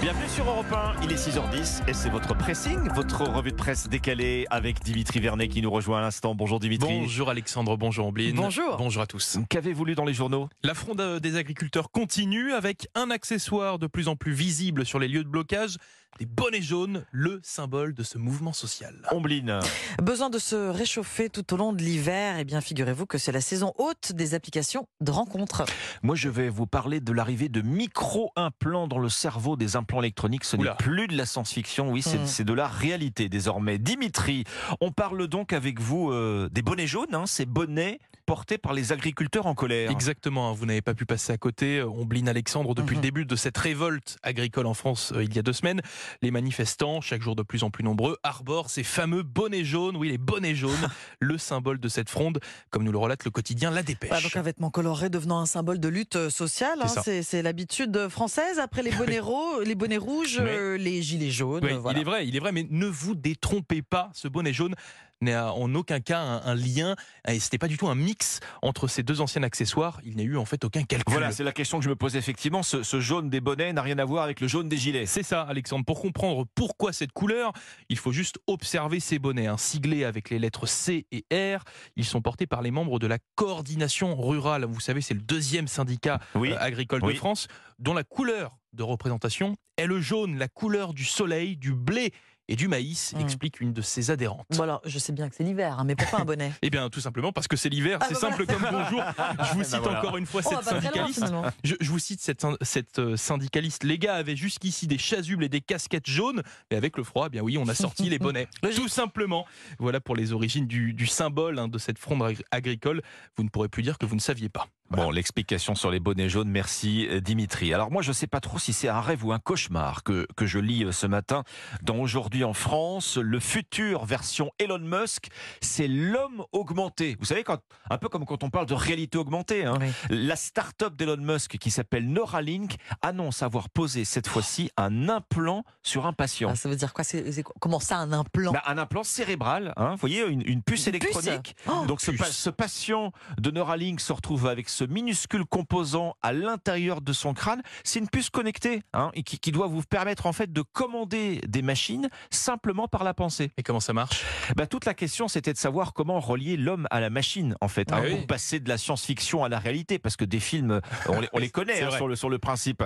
Bienvenue sur Europe 1, il est 6h10 et c'est votre pressing, votre revue de presse décalée avec Dimitri Vernet qui nous rejoint à l'instant. Bonjour Dimitri. Bonjour Alexandre, bonjour Ambline. Bonjour. Bonjour à tous. Qu'avez-vous lu dans les journaux ? La fronde des agriculteurs continue avec un accessoire de plus en plus visible sur les lieux de blocage, des bonnets jaunes, le symbole de ce mouvement social. Ambline. Besoin de se réchauffer tout au long de l'hiver. Eh bien, figurez-vous que c'est la saison haute des applications de rencontres. Moi je vais vous parler de l'arrivée de micro-implants dans le cerveau, des implants électroniques. Ce n'est plus de la science-fiction, oui, c'est de la réalité désormais. Dimitri, on parle donc avec vous des bonnets jaunes, ces bonnets portés par les agriculteurs en colère. Exactement, vous n'avez pas pu passer à côté, Ambline Alexandre, depuis le début de cette révolte agricole en France il y a 2 semaines. Les manifestants, chaque jour de plus en plus nombreux, arborent ces fameux bonnets jaunes, oui les bonnets jaunes, le symbole de cette fronde, comme nous le relate le quotidien La Dépêche. Donc un vêtement coloré devenant un symbole de lutte sociale, c'est l'habitude française après les bonnets, les bonnets rouges, les gilets jaunes. Oui, voilà. il est vrai, mais ne vous détrompez pas, ce bonnet jaune n'a en aucun cas un lien, et c'était pas du tout un mix entre ces deux anciens accessoires, il n'y a eu en fait aucun calcul. Voilà, c'est la question que je me pose effectivement, ce jaune des bonnets n'a rien à voir avec le jaune des gilets. C'est ça Alexandre, pour comprendre pourquoi cette couleur, il faut juste observer ces bonnets, siglés avec les lettres C et R, ils sont portés par les membres de la coordination rurale, vous savez c'est le 2e syndicat agricole de France, dont la couleur de représentation est le jaune, la couleur du soleil, du blé et du maïs, explique une de ses adhérentes. Bon alors, je sais bien que c'est l'hiver, mais pourquoi un bonnet ? Eh bien, tout simplement parce que c'est l'hiver, c'est simple comme bonjour. Je vous cite encore une fois cette syndicaliste. Je vous cite cette syndicaliste. Les gars avaient jusqu'ici des chasubles et des casquettes jaunes, mais avec le froid, eh bien oui, on a sorti les bonnets. Tout simplement. Voilà pour les origines du symbole de cette fronde agricole. Vous ne pourrez plus dire que vous ne saviez pas. Bon, l'explication sur les bonnets jaunes, merci Dimitri. Alors moi, je ne sais pas trop si c'est un rêve ou un cauchemar que je lis ce matin dans Aujourd'hui en France. Le futur version Elon Musk, c'est l'homme augmenté. Vous savez, un peu comme quand on parle de réalité augmentée. La start-up d'Elon Musk qui s'appelle Neuralink annonce avoir posé cette fois-ci un implant sur un patient. Ça veut dire quoi ? Comment ça, un implant ? Un implant cérébral, vous voyez, une puce électronique. Donc ce patient de Neuralink se retrouve avec ce minuscule composant à l'intérieur de son crâne. C'est une puce connectée et qui doit vous permettre en fait de commander des machines simplement par la pensée. Et comment ça marche ? Toute la question c'était de savoir comment relier l'homme à la machine en fait, pour passer de la science-fiction à la réalité, parce que des films on les connaît sur le principe.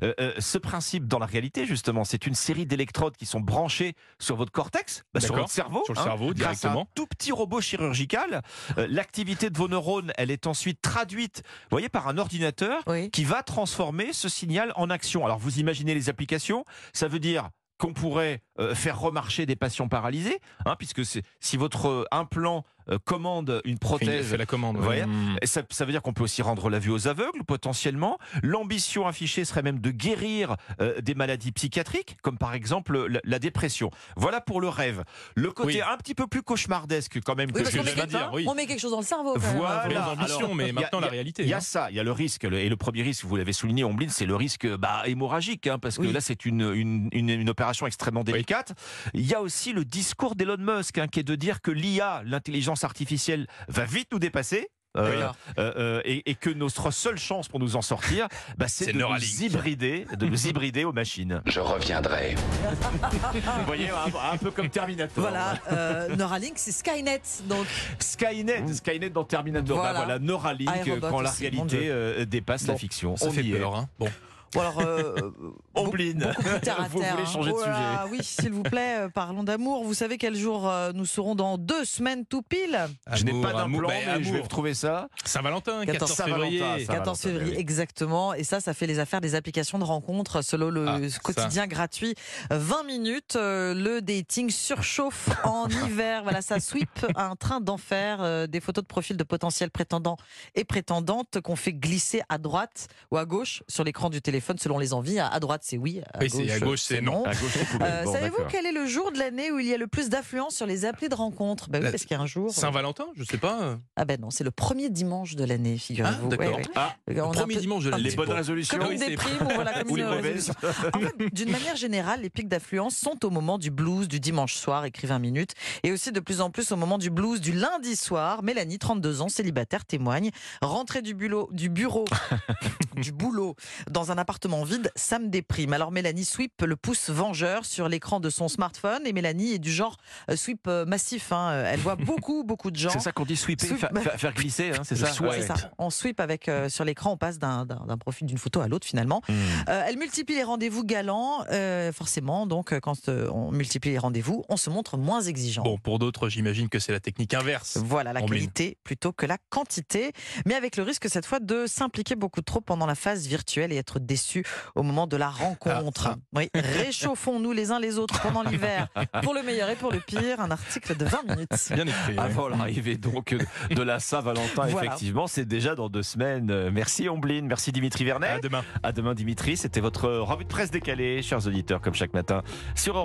Ce principe dans la réalité justement, c'est une série d'électrodes qui sont branchées sur votre cortex, sur votre cerveau, sur le cerveau directement. Grâce à un tout petit robot chirurgical. L'activité de vos neurones, elle est ensuite traduite, vous voyez, par un ordinateur qui va transformer ce signal en action. Alors vous imaginez les applications, ça veut dire qu'on pourrait faire remarcher des patients paralysés, puisque si votre implant commande une prothèse, fait la commande, ça veut dire qu'on peut aussi rendre la vue aux aveugles potentiellement. L'ambition affichée serait même de guérir des maladies psychiatriques, comme par exemple la dépression. Voilà pour le rêve. Le côté un petit peu plus cauchemardesque quand même, que je viens de dire. On met quelque chose dans le cerveau quand même. Voilà. Ambition, mais maintenant la réalité. Il y a ça, il y a le risque, et le premier risque, vous l'avez souligné Ambline, c'est le risque hémorragique, parce que là c'est une opération extrêmement délicate. Il y a aussi le discours d'Elon Musk, qui est de dire que l'IA, l'intelligence artificielle, va vite nous dépasser. Et que notre seule chance pour nous en sortir, c'est de nous hybrider aux machines. Je reviendrai. Vous voyez, un peu comme Terminator. Voilà, Neuralink, c'est Skynet. Donc. Skynet dans Terminator. Voilà, Neuralink, quand la réalité dépasse la fiction. Ça fait peur. Bon. Ou alors, Ambline, beaucoup plus terre à terre. Vous voulez changer de sujet. Oui, s'il vous plaît, parlons d'amour. Vous savez quel jour nous serons dans 2 semaines tout pile ? Je n'ai pas d'implant, mais je vais retrouver ça. Saint-Valentin, 14 février. 14 février, exactement. Et ça fait les affaires des applications de rencontres, selon le quotidien gratuit 20 minutes. Le dating surchauffe en hiver. Voilà, ça sweep un train d'enfer. Des photos de profil de potentiels prétendants et prétendantes qu'on fait glisser à droite ou à gauche sur l'écran du téléphone selon les envies. À droite, c'est oui. À gauche, c'est non. Savez-vous quel est le jour de l'année où il y a le plus d'affluence sur les applis de rencontres ? Oui, parce qu'il y a un jour. Saint-Valentin, je sais pas. Non, c'est le premier dimanche de l'année, figurez-vous. D'accord. Le premier dimanche de l'année. Les bonnes résolutions. Comme une déprime ou une résolution. En fait, d'une manière générale, les pics d'affluence sont au moment du blues du dimanche soir, écrit 20 minutes, et aussi de plus en plus au moment du blues du lundi soir. Mélanie, 32 ans, célibataire, témoigne. Rentrée du boulot dans un appartement appartement vide, ça me déprime. Alors Mélanie sweep le pouce vengeur sur l'écran de son smartphone et Mélanie est du genre sweep massif. Elle voit beaucoup de gens. C'est ça qu'on dit sweeper, faire glisser, c'est ça. C'est ça. On sweep avec sur l'écran, on passe d'un profil d'une photo à l'autre finalement. Elle multiplie les rendez-vous galants, forcément. Donc quand on multiplie les rendez-vous, on se montre moins exigeant. Bon, pour d'autres, j'imagine que c'est la technique inverse. Voilà, la qualité plutôt que la quantité, mais avec le risque cette fois de s'impliquer beaucoup trop pendant la phase virtuelle et être déçu au moment de la rencontre. Oui, réchauffons-nous les uns les autres pendant l'hiver, pour le meilleur et pour le pire. Un article de 20 minutes. Bien écrit. Avant l'arrivée donc de la Saint-Valentin, voilà. Effectivement, c'est déjà dans 2 semaines. Merci Omblin, merci Dimitri Vernet. À demain. À demain Dimitri, c'était votre revue de presse décalée, chers auditeurs, comme chaque matin sur Europe.